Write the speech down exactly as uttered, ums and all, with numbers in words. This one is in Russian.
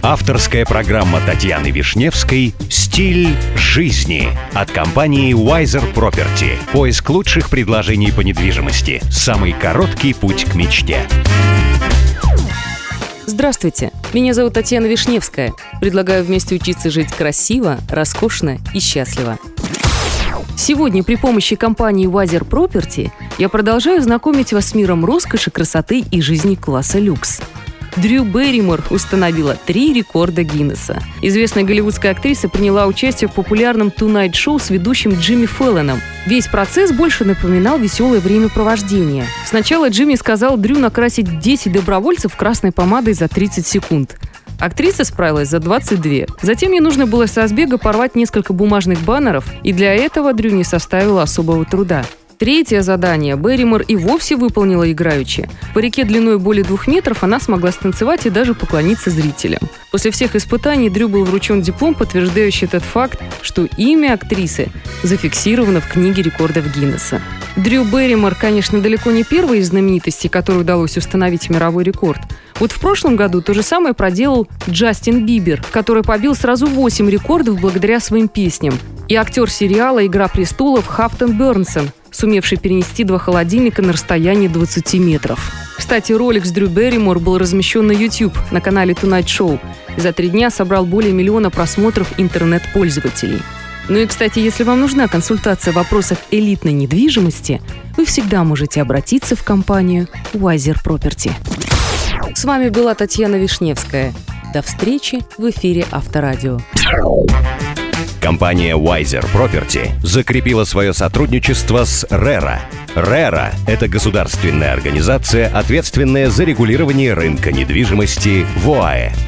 Авторская программа Татьяны Вишневской «Стиль жизни» от компании Wiser Property. Поиск лучших предложений по недвижимости. Самый короткий путь к мечте. Здравствуйте, меня зовут Татьяна Вишневская. Предлагаю вместе учиться жить красиво, роскошно и счастливо. Сегодня при помощи компании Wiser Property я продолжаю знакомить вас с миром роскоши, красоты и жизни класса люкс. Дрю Берримор установила три рекорда Гиннесса. Известная голливудская актриса приняла участие в популярном Tonight Show с ведущим Джимми Фэллоном. Весь процесс больше напоминал веселое времяпровождение. Сначала Джимми сказал Дрю накрасить десять добровольцев красной помадой за тридцать секунд. Актриса справилась за двадцать два. Затем ей нужно было с разбега порвать несколько бумажных баннеров, и для этого Дрю не составило особого труда. Третье задание Берримор и вовсе выполнила играючи. По реке длиной более двух метров она смогла станцевать и даже поклониться зрителям. После всех испытаний Дрю был вручен диплом, подтверждающий этот факт, что имя актрисы зафиксировано в книге рекордов Гиннесса. Дрю Берримор, конечно, далеко не первая из знаменитостей, которой удалось установить мировой рекорд. Вот в прошлом году то же самое проделал Джастин Бибер, который побил сразу восемь рекордов благодаря своим песням. И актер сериала «Игра престолов» Хафтон Бёрнсон, сумевший перенести два холодильника на расстоянии двадцати метров. Кстати, ролик с Дрю Берримор был размещен на YouTube на канале Tonight Show и за три дня собрал более миллиона просмотров интернет-пользователей. Ну и, кстати, если вам нужна консультация в вопросах элитной недвижимости, вы всегда можете обратиться в компанию Wiser Property. С вами была Татьяна Вишневская. До встречи в эфире Авторадио. Компания Wiser Property закрепила свое сотрудничество с рера. рера – это государственная организация, ответственная за регулирование рынка недвижимости в ОАЭ.